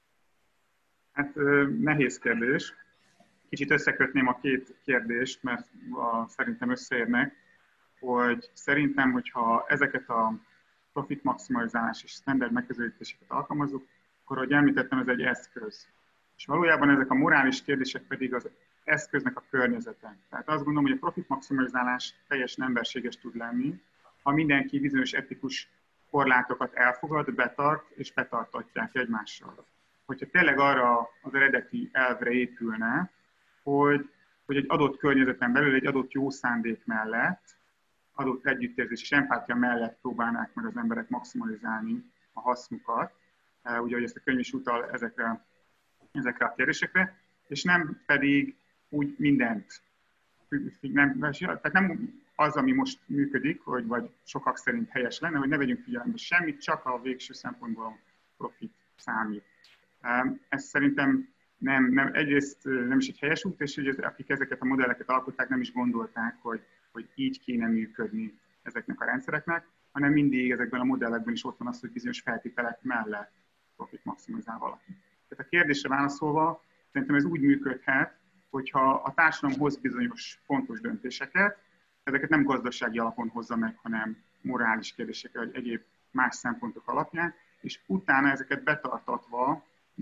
Nehéz kérdés. Kicsit összekötném a két kérdést, mert szerintem összeérnek, hogy szerintem, hogyha ezeket a profit maximalizálás és standard megközelítéseket alkalmazunk, akkor, ahogy említettem, ez egy eszköz. És valójában ezek a morális kérdések pedig az eszköznek a környezete. Tehát azt gondolom, hogy a profit maximalizálás teljesen emberséges tud lenni, ha mindenki bizonyos etikus korlátokat elfogad, betart és betartatják egymással. Hogyha tényleg arra az eredeti elvre épülne, hogy egy adott környezeten belül, egy adott jó szándék mellett, adott együttérzés és empátia mellett próbálnák meg az emberek maximalizálni a hasznukat, ugye, hogy ezt a könyv is utal ezekre a kérdésekre, és nem pedig úgy mindent. Tehát nem az, ami most működik, vagy sokak szerint helyes lenne, hogy ne vegyünk figyelembe semmit, csak a végső szempontból a profit számít. Ez szerintem egyrészt nem is egy helyes út, és hogy akik ezeket a modelleket alkották, nem is gondolták, hogy így kéne működni ezeknek a rendszereknek, hanem mindig ezekben a modellekben is ott van az, hogy bizonyos feltételek mellett profit maximalizál valaki. Tehát a kérdésre válaszolva, szerintem ez úgy működhet, hogyha a társadalom hoz bizonyos fontos döntéseket, ezeket nem gazdasági alapon hozza meg, hanem morális kérdések, vagy egyéb más szempontok alapján, és utána ezeket betartatva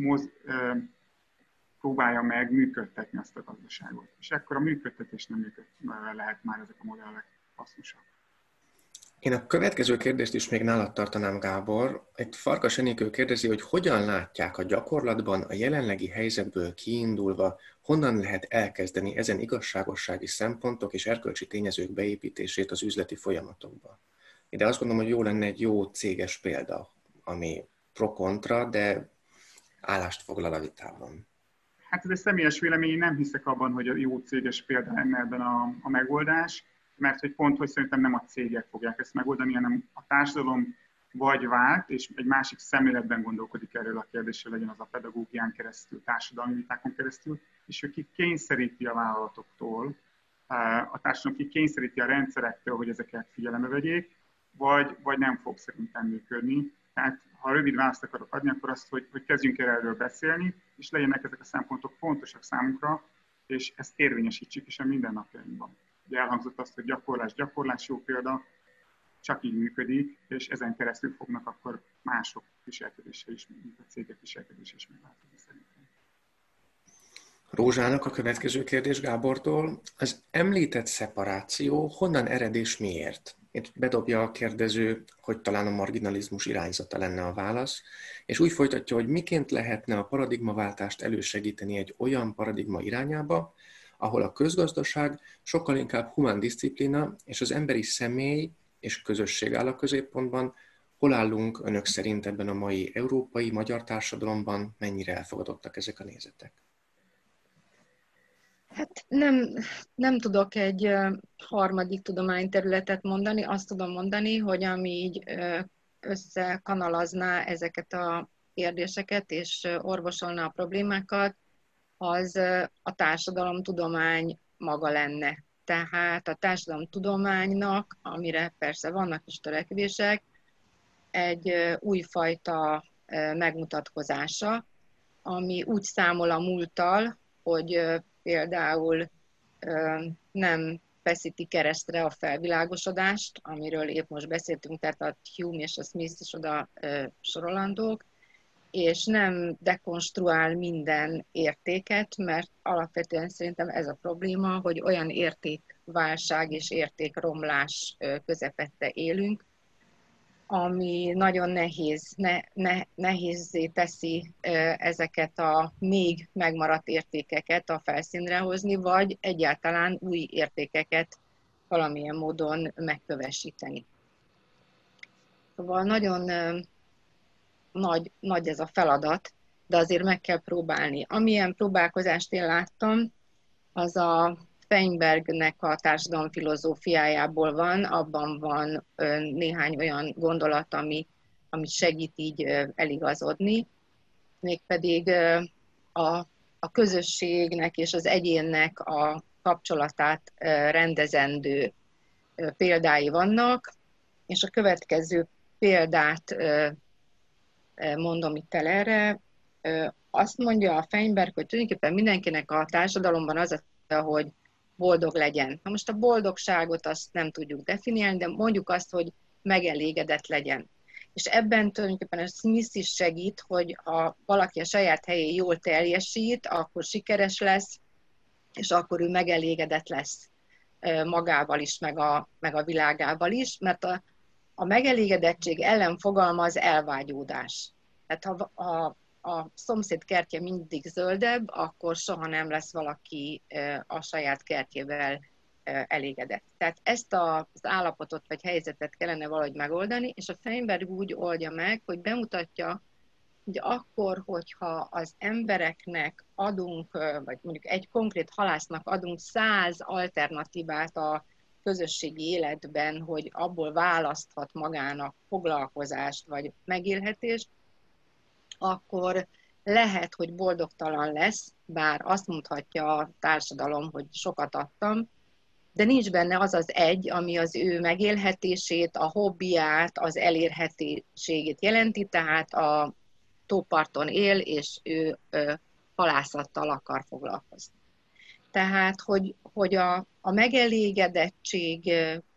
próbálja meg működtetni azt a gazdaságot. És ekkor a működtetés nem lehet már ezek a modellek hasznosak. Én a következő kérdést is még nálad tartanám, Gábor. Egy Farkas Enikő kérdezi, hogy hogyan látják a gyakorlatban a jelenlegi helyzetből kiindulva, honnan lehet elkezdeni ezen igazságossági szempontok és erkölcsi tényezők beépítését az üzleti folyamatokba. Ide azt gondolom, hogy jó lenne egy jó céges példa, ami pro-kontra, de állást foglal a vitában. Hát ez egy személyes vélemény, én nem hiszek abban, hogy a jó céges példa lenne ebben a megoldás, mert hogy pont, hogy szerintem nem a cégek fogják ezt megoldani, hanem a társadalom vagy vált, és egy másik szemléletben gondolkodik erről a kérdésről, legyen az a pedagógián keresztül, társadalmi vitákon keresztül, és ő kikényszeríti a vállalatoktól, a társadalom kikényszeríti a rendszerektől, hogy ezeket figyelembe vegyék, vagy nem fog szerintem működni. Tehát ha rövid választ akarok adni, akkor azt, hogy kezdjünk el erről beszélni, és legyenek ezek a szempontok fontosak számunkra, és ezt érvényesítsük is a mindennapjainkban. Ugye elhangzott azt, hogy gyakorlás jó példa, csak így működik, és ezen keresztül fognak akkor mások viselkedése is, mint a cégek viselkedése is megváltozni szerintem. Rózsának a következő kérdés Gábortól. Az említett szeparáció honnan ered és miért? Itt bedobja a kérdező, hogy talán a marginalizmus irányzata lenne a válasz, és úgy folytatja, hogy miként lehetne a paradigmaváltást elősegíteni egy olyan paradigma irányába, ahol a közgazdaság sokkal inkább humán diszciplína és az emberi személy és közösség áll a középpontban. Hol állunk önök szerint ebben a mai európai, magyar társadalomban, mennyire elfogadottak ezek a nézetek? Hát nem tudok egy harmadik tudományterületet mondani, azt tudom mondani, hogy ami így összekanalazná ezeket a kérdéseket és orvosolna a problémákat, az a társadalomtudomány maga lenne. Tehát a társadalomtudománynak, amire persze vannak is törekvések, egy újfajta megmutatkozása, ami úgy számol a múlttal, hogy például nem feszíti keresztre a felvilágosodást, amiről épp most beszéltünk, tehát a Hume és a Smith is oda sorolandók, és nem dekonstruál minden értéket, mert alapvetően szerintem ez a probléma, hogy olyan értékválság és értékromlás közepette élünk, ami nagyon nehézzé teszi ezeket a még megmaradt értékeket a felszínre hozni, vagy egyáltalán új értékeket valamilyen módon megkövesíteni. Szóval nagyon nagy ez a feladat, de azért meg kell próbálni. Amilyen próbálkozást én láttam, az a Feinbergnek a társadalomfilozófiájából van, abban van néhány olyan gondolat, ami segít így eligazodni, mégpedig a közösségnek és az egyénnek a kapcsolatát rendezendő példái vannak, és a következő példát mondom itt el erre. Azt mondja a Feinberg, hogy tulajdonképpen mindenkinek a társadalomban az a, hogy boldog legyen. Na most a boldogságot azt nem tudjuk definiálni, de mondjuk azt, hogy megelégedett legyen. És ebben tulajdonképpen a Smith is segít, hogy ha valaki a saját helyén jól teljesít, akkor sikeres lesz, és akkor ő megelégedett lesz magával is, meg a világával is, mert a megelégedettség ellen fogalmaz elvágyódás. Tehát ha a szomszéd kertje mindig zöldebb, akkor soha nem lesz valaki a saját kertjével elégedett. Tehát ezt az állapotot vagy helyzetet kellene valahogy megoldani, és a Feinberg úgy oldja meg, hogy bemutatja, hogy akkor, hogyha az embereknek adunk, vagy mondjuk egy konkrét halásznak adunk 100 alternatívát a közösségi életben, hogy abból választhat magának foglalkozást vagy megélhetést, akkor lehet, hogy boldogtalan lesz, bár azt mondhatja a társadalom, hogy sokat adtam, de nincs benne az az egy, ami az ő megélhetését, a hobbiát, az elérhetőségét jelenti, tehát a tóparton él, és ő halászattal akar foglalkozni. Tehát, hogy A megelégedettség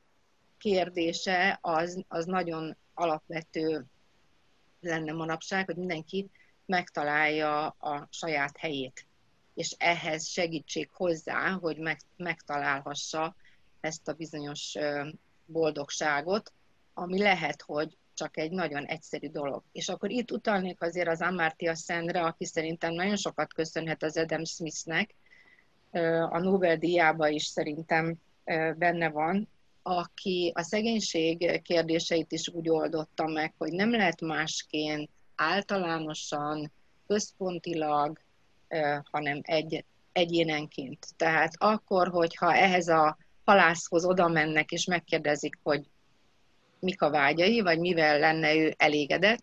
kérdése az nagyon alapvető lenne manapság, hogy mindenki megtalálja a saját helyét, és ehhez segítség hozzá, hogy megtalálhassa ezt a bizonyos boldogságot, ami lehet, hogy csak egy nagyon egyszerű dolog. És akkor itt utalnék azért az Amartya Senre, aki szerintem nagyon sokat köszönhet az Adam Smithnek, a Nobel-díjában is szerintem benne van, aki a szegénység kérdéseit is úgy oldotta meg, hogy nem lehet másként általánosan, központilag, hanem egyénenként. Tehát akkor, hogyha ehhez a halászhoz oda mennek és megkérdezik, hogy mik a vágyai, vagy mivel lenne ő elégedett,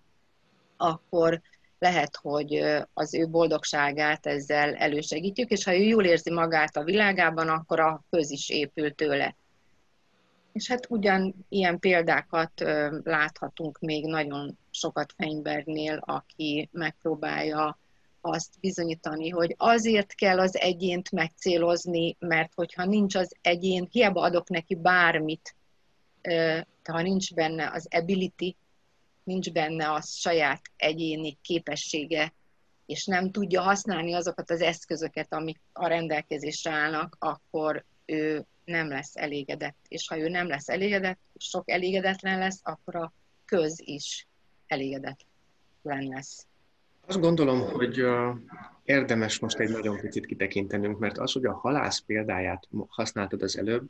akkor lehet, hogy az ő boldogságát ezzel elősegítjük, és ha ő jól érzi magát a világában, akkor a köz is épül tőle. És hát ilyen példákat láthatunk még nagyon sokat Feinbergnél, aki megpróbálja azt bizonyítani, hogy azért kell az egyént megcélozni, mert hogyha nincs az egyén, hiába adok neki bármit, ha nincs benne az ability, nincs benne a saját egyéni képessége, és nem tudja használni azokat az eszközöket, amik a rendelkezésre állnak, akkor ő nem lesz elégedett. És ha ő nem lesz elégedett, sok elégedetlen lesz, akkor a köz is elégedetlen lesz. Azt gondolom, hogy érdemes most egy nagyon picit kitekintenünk, mert az, hogy a halász példáját használtad az előbb,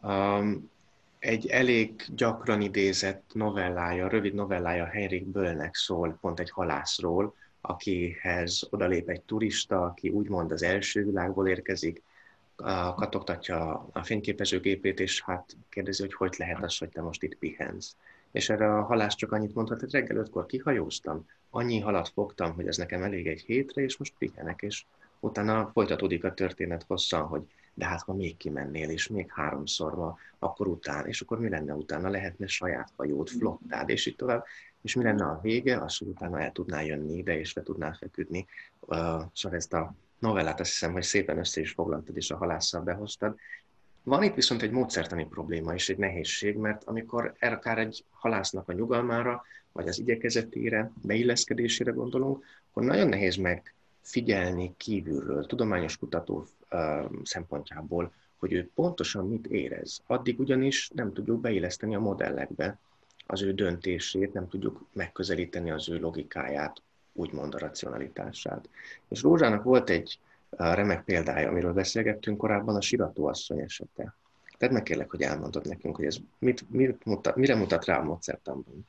egy elég gyakran idézett novellája, rövid novellája Henrik Böllnek szól pont egy halászról, akihez odalép egy turista, aki úgymond az első világból érkezik, katogtatja a fényképezőgépét, és hát kérdezi, hogy lehet az, hogy te most itt pihensz. És erre a halász csak annyit mondhat, hogy reggel 5-kor kihajóztam, annyi halat fogtam, hogy ez nekem elég egy hétre, és most pihenek, és utána folytatódik a történet hosszan, hogy de hát ha még kimennél, és még 3-szor ma, akkor utána, és akkor mi lenne utána? Lehetne saját hajót, flottád, és így tovább. És mi lenne a vége? Az, hogy utána el tudnál jönni ide, és le tudnál feküdni. Szóval ezt a novellát azt hiszem, hogy szépen össze is foglaltad, és a halásszal behoztad. Van itt viszont egy módszertani probléma és egy nehézség, mert amikor akár egy halásznak a nyugalmára, vagy az igyekezetére, beilleszkedésére gondolunk, akkor nagyon nehéz megfigyelni kívülről, tudományos kutató szempontjából, hogy ő pontosan mit érez. Addig ugyanis nem tudjuk beilleszteni a modellekbe az ő döntését, nem tudjuk megközelíteni az ő logikáját, úgymond a racionalitását. És Rózsának volt egy remek példája, amiről beszélgettünk korábban, a Sirató-asszony esete. Tehát megkérlek, hogy elmondod nekünk, hogy ez mire mutat rá a módszertanban.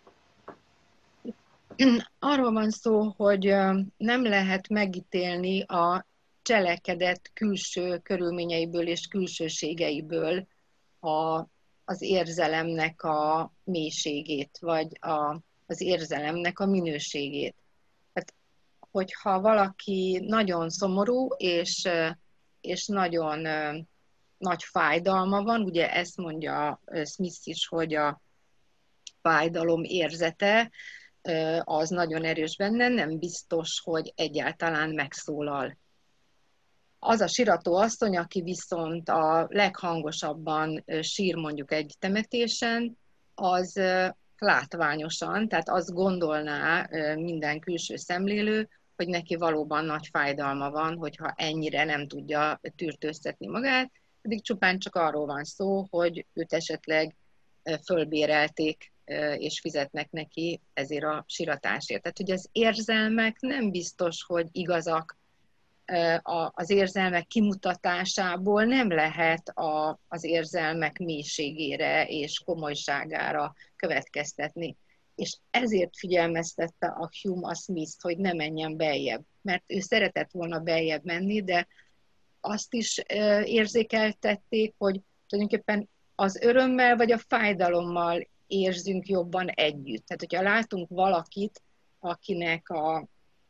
Arról van szó, hogy nem lehet megítélni a cselekedet külső körülményeiből és külsőségeiből az érzelemnek a mélységét, vagy az érzelemnek a minőségét. Tehát, hogyha valaki nagyon szomorú, és nagyon nagy fájdalma van, ugye ezt mondja Smith is, hogy a fájdalom érzete az nagyon erős benne, nem biztos, hogy egyáltalán megszólal. Az a Sirató asszony, aki viszont a leghangosabban sír mondjuk egy temetésen, az látványosan, tehát azt gondolná minden külső szemlélő, hogy neki valóban nagy fájdalma van, hogyha ennyire nem tudja tűrtőztetni magát, pedig csupán csak arról van szó, hogy őt esetleg fölbérelték és fizetnek neki ezért a siratásért. Tehát, hogy az érzelmek nem biztos, hogy igazak, az érzelmek kimutatásából nem lehet az érzelmek mélységére és komolyságára következtetni. És ezért figyelmeztette a Hume a Smith-t, hogy ne menjen beljebb. Mert ő szeretett volna beljebb menni, de azt is érzékeltették, hogy tulajdonképpen az örömmel vagy a fájdalommal érzünk jobban együtt. Tehát, hogyha látunk valakit, akinek a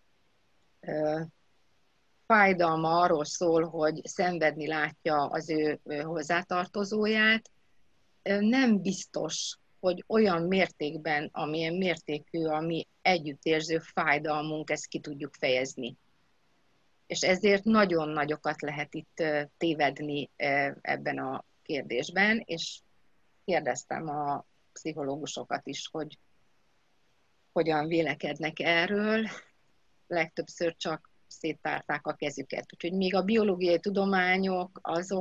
fájdalma arról szól, hogy szenvedni látja az ő hozzátartozóját, nem biztos, hogy olyan mértékben, amilyen mértékű a mi együttérző fájdalmunk, ezt ki tudjuk fejezni. És ezért nagyon nagyokat lehet itt tévedni ebben a kérdésben, és kérdeztem a pszichológusokat is, hogy hogyan vélekednek erről. Legtöbbször csak széttárták a kezüket. Úgyhogy még a biológiai tudományok,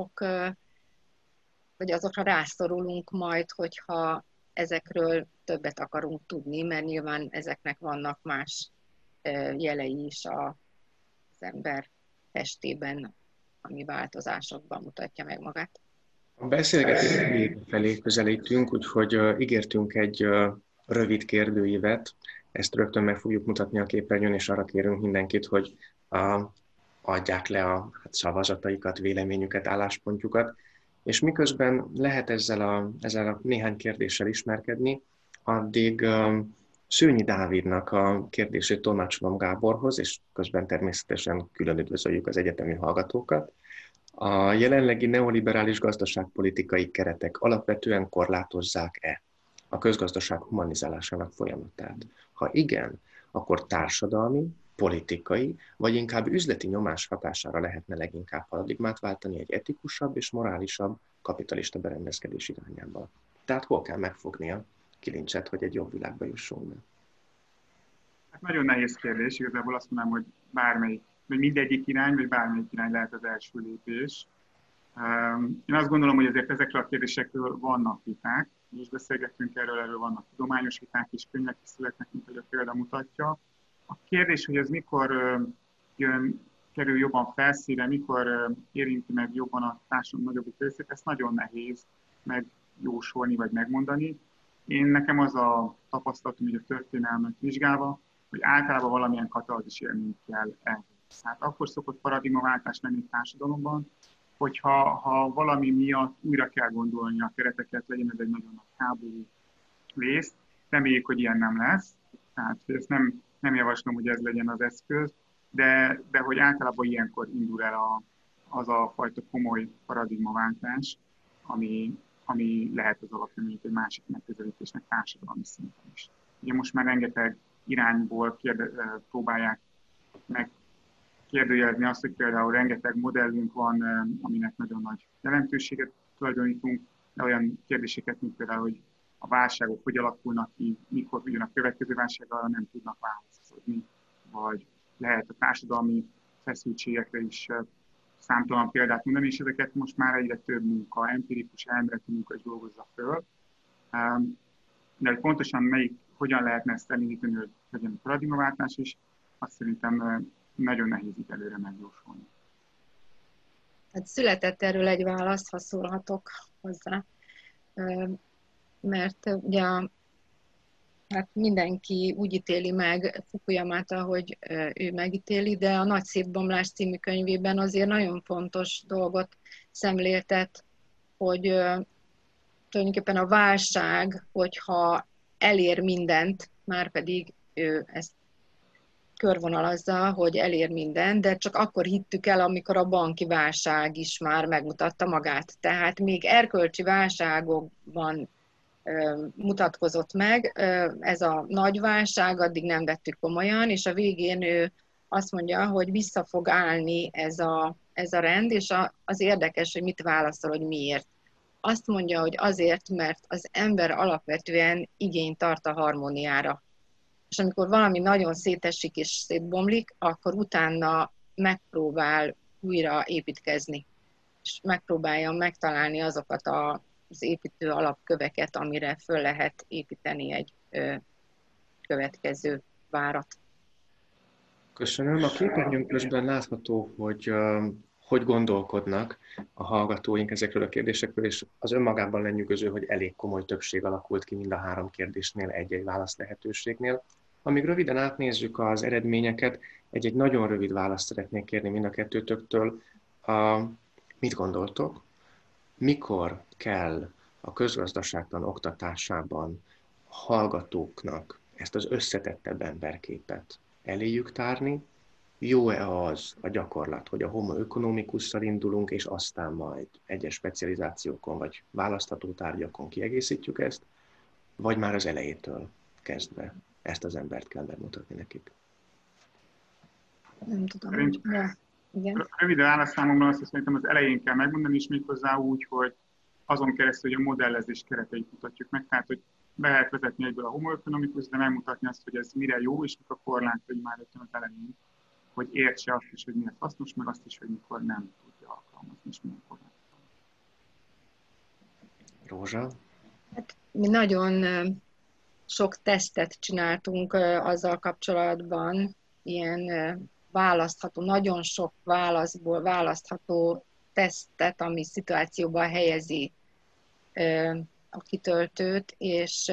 azokra rászorulunk majd, hogyha ezekről többet akarunk tudni, mert nyilván ezeknek vannak más jelei is az ember testében, ami változásokban mutatja meg magát. A beszélgetés felé közelítünk, úgyhogy ígértünk egy rövid kérdőívet, ezt rögtön meg fogjuk mutatni a képernyőn, és arra kérünk mindenkit, hogy adják le a szavazataikat, véleményüket, álláspontjukat, és miközben lehet ezzel a néhány kérdéssel ismerkedni, addig Szőnyi Dávidnak a kérdését tolmácsolom Gáborhoz, és közben természetesen külön üdvözöljük az egyetemi hallgatókat. A jelenlegi neoliberális gazdaságpolitikai keretek alapvetően korlátozzák-e a közgazdaság humanizálásának folyamatát? Ha igen, akkor társadalmi, politikai, vagy inkább üzleti nyomás hatására lehetne leginkább paradigmát váltani egy etikusabb és morálisabb kapitalista berendezkedés irányába. Tehát hol kell megfogni a kilincset, hogy egy jobb világba jussunk be? Hát nagyon nehéz kérdés, igazából azt mondanám, hogy bármelyik, vagy mindegyik irány, vagy bármelyik irány lehet az első lépés. Én azt gondolom, hogy azért ezekről a kérdésekről vannak viták, és beszélgettünk erről vannak tudományos viták is, könyvek is születnek, mint hogy a példa mutatja. A kérdés, hogy ez mikor kerül jobban felszínre, mikor érinti meg jobban a társadalom nagyobb részét, ezt nagyon nehéz megjósolni vagy megmondani. Nekem az a tapasztalatom, hogy a történelmet vizsgálva, hogy általában valamilyen katarzis élményt kell ehhez. Hát akkor szokott paradigmaváltás lenni a társadalomban, hogyha valami miatt újra kell gondolni a kereteket, legyen ez egy nagyon nagy háború rész. Reméljük, hogy ilyen nem lesz. Tehát ezt nem javaslom, hogy ez legyen az eszköz, de hogy általában ilyenkor indul el az a fajta komoly paradigmaváltás, ami lehet az alapja mint egy másik megközelítésnek társadalmi szinten is. Ugye most már rengeteg irányból próbálják megkérdőjelezni azt, hogy például rengeteg modellünk van, aminek nagyon nagy jelentőséget tulajdonítunk, de olyan kérdéseket, mint például, hogy a válságok hogy alakulnak ki, mikor jön a következő válság, arra nem tudnak válaszolni, vagy lehet a társadalmi feszültségekre is számtalan példát mondani, és ezeket most már egyre több munka, empirikus, elméleti munka is dolgozza föl. De hogy pontosan hogyan lehetne ezt elindítani, hogy legyen a paradigmaváltás is, azt szerintem nagyon nehéz itt előre megjósolni. Hát született erről egy válasz, ha szólhatok hozzá, mert ugye hát mindenki úgy ítéli meg Fukuyamát, ahogy ő megítéli, de a Nagy Szétbomlás című könyvében azért nagyon fontos dolgot szemléltet, hogy tulajdonképpen a válság, hogyha elér mindent, már pedig ő ezt körvonalazza, hogy elér mindent, de csak akkor hittük el, amikor a banki válság is már megmutatta magát. Tehát még erkölcsi válságokban mutatkozott meg ez a nagy válság, addig nem vettük komolyan, és a végén ő azt mondja, hogy vissza fog állni ez a rend, és az érdekes, hogy mit válaszol, hogy miért. Azt mondja, hogy azért, mert az ember alapvetően igényt tart a harmóniára. És amikor valami nagyon szétesik és szétbomlik, akkor utána megpróbál újra építkezni, és megpróbálja megtalálni azokat az építő alapköveket, amire föl lehet építeni egy következő várat. Köszönöm. A képernyőn közben látható, hogy gondolkodnak a hallgatóink ezekről a kérdésekről, és az önmagában lenyűgöző, hogy elég komoly többség alakult ki mind a 3 kérdésnél, egy-egy válasz lehetőségnél. Amíg röviden átnézzük az eredményeket, egy nagyon rövid választ szeretnék kérni mind a kettőtöktől. Mit gondoltok? Mikor kell a közgazdaságtan oktatásában hallgatóknak ezt az összetettebb emberképet eléjük tárni? Jó-e az a gyakorlat, hogy a homo economicusszal indulunk, és aztán majd egyes specializációkon vagy választható tárgyakon kiegészítjük ezt, vagy már az elejétől kezdve ezt az embert kell megmutatni nekik? Nem tudom, hogy Igen. Rövid válasz számomra azt szerintem az elején kell megmondani, és méghozzá úgy, hogy azon keresztül, hogy a modellezés kereteit mutatjuk meg. Tehát, hogy be lehet vezetni egyből a homo economicus, de megmutatni azt, hogy ez mire jó, és mik a korlátai már rögtön az elején, hogy értse azt is, hogy miért hasznos, meg azt is, hogy mikor nem tudja alkalmazni, és milyen korlátai. Rózsa? Hát mi nagyon sok tesztet csináltunk azzal kapcsolatban, ilyen választható, nagyon sok válaszból választható tesztet, ami szituációba helyezi a kitöltőt, és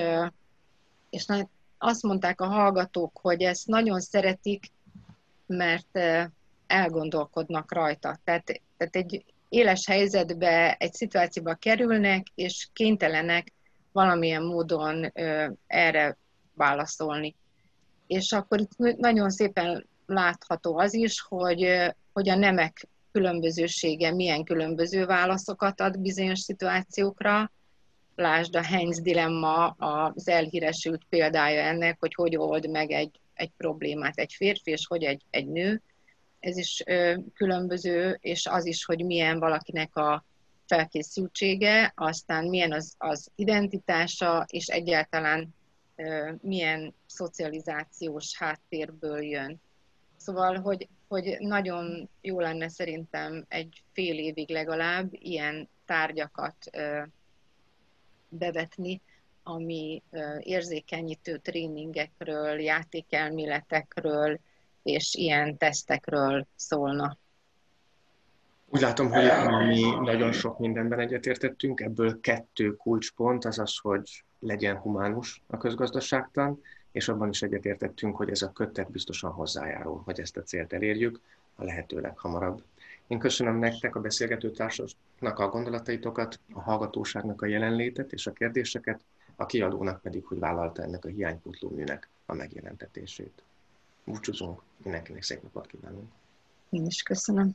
azt mondták a hallgatók, hogy ezt nagyon szeretik, mert elgondolkodnak rajta. Tehát egy éles helyzetbe, egy szituációba kerülnek, és kénytelenek valamilyen módon erre válaszolni. És akkor itt nagyon szépen látható az is, hogy a nemek különbözősége milyen különböző válaszokat ad bizonyos szituációkra. Lásd a Heinz dilemma, az elhíresült példája ennek, hogy old meg egy problémát egy férfi, és hogy egy nő. Ez is különböző, és az is, hogy milyen valakinek a felkészültsége, aztán milyen az identitása, és egyáltalán milyen szocializációs háttérből jön. Szóval, hogy nagyon jó lenne szerintem egy fél évig legalább ilyen tárgyakat bevetni, ami érzékenyítő tréningekről, játékelméletekről és ilyen tesztekről szólna. Úgy látom, hogy mi nagyon sok mindenben egyetértettünk, ebből 2 kulcspont, az az, hogy legyen humánus a közgazdaságtan, és abban is egyetértettünk, hogy ez a kötet biztosan hozzájárul, hogy ezt a célt elérjük a lehető leghamarabb. Én köszönöm nektek, a beszélgető társaknak a gondolataitokat, a hallgatóságnak a jelenlétet és a kérdéseket, a kiadónak pedig, hogy vállalta ennek a hiánypótló műnek a megjelentetését. Búcsúzunk, mindenkinek szép napot kívánunk. Én is köszönöm.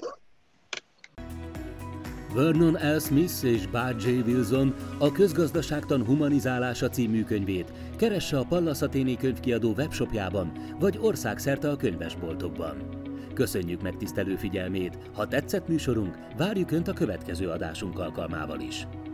Vernon L. Smith és Bart J. Wilson a Közgazdaságtan humanizálása című könyvét keresse a Pallas Athéné könyvkiadó webshopjában, vagy országszerte a könyvesboltokban. Köszönjük megtisztelő figyelmét! Ha tetszett műsorunk, várjuk Önt a következő adásunk alkalmával is!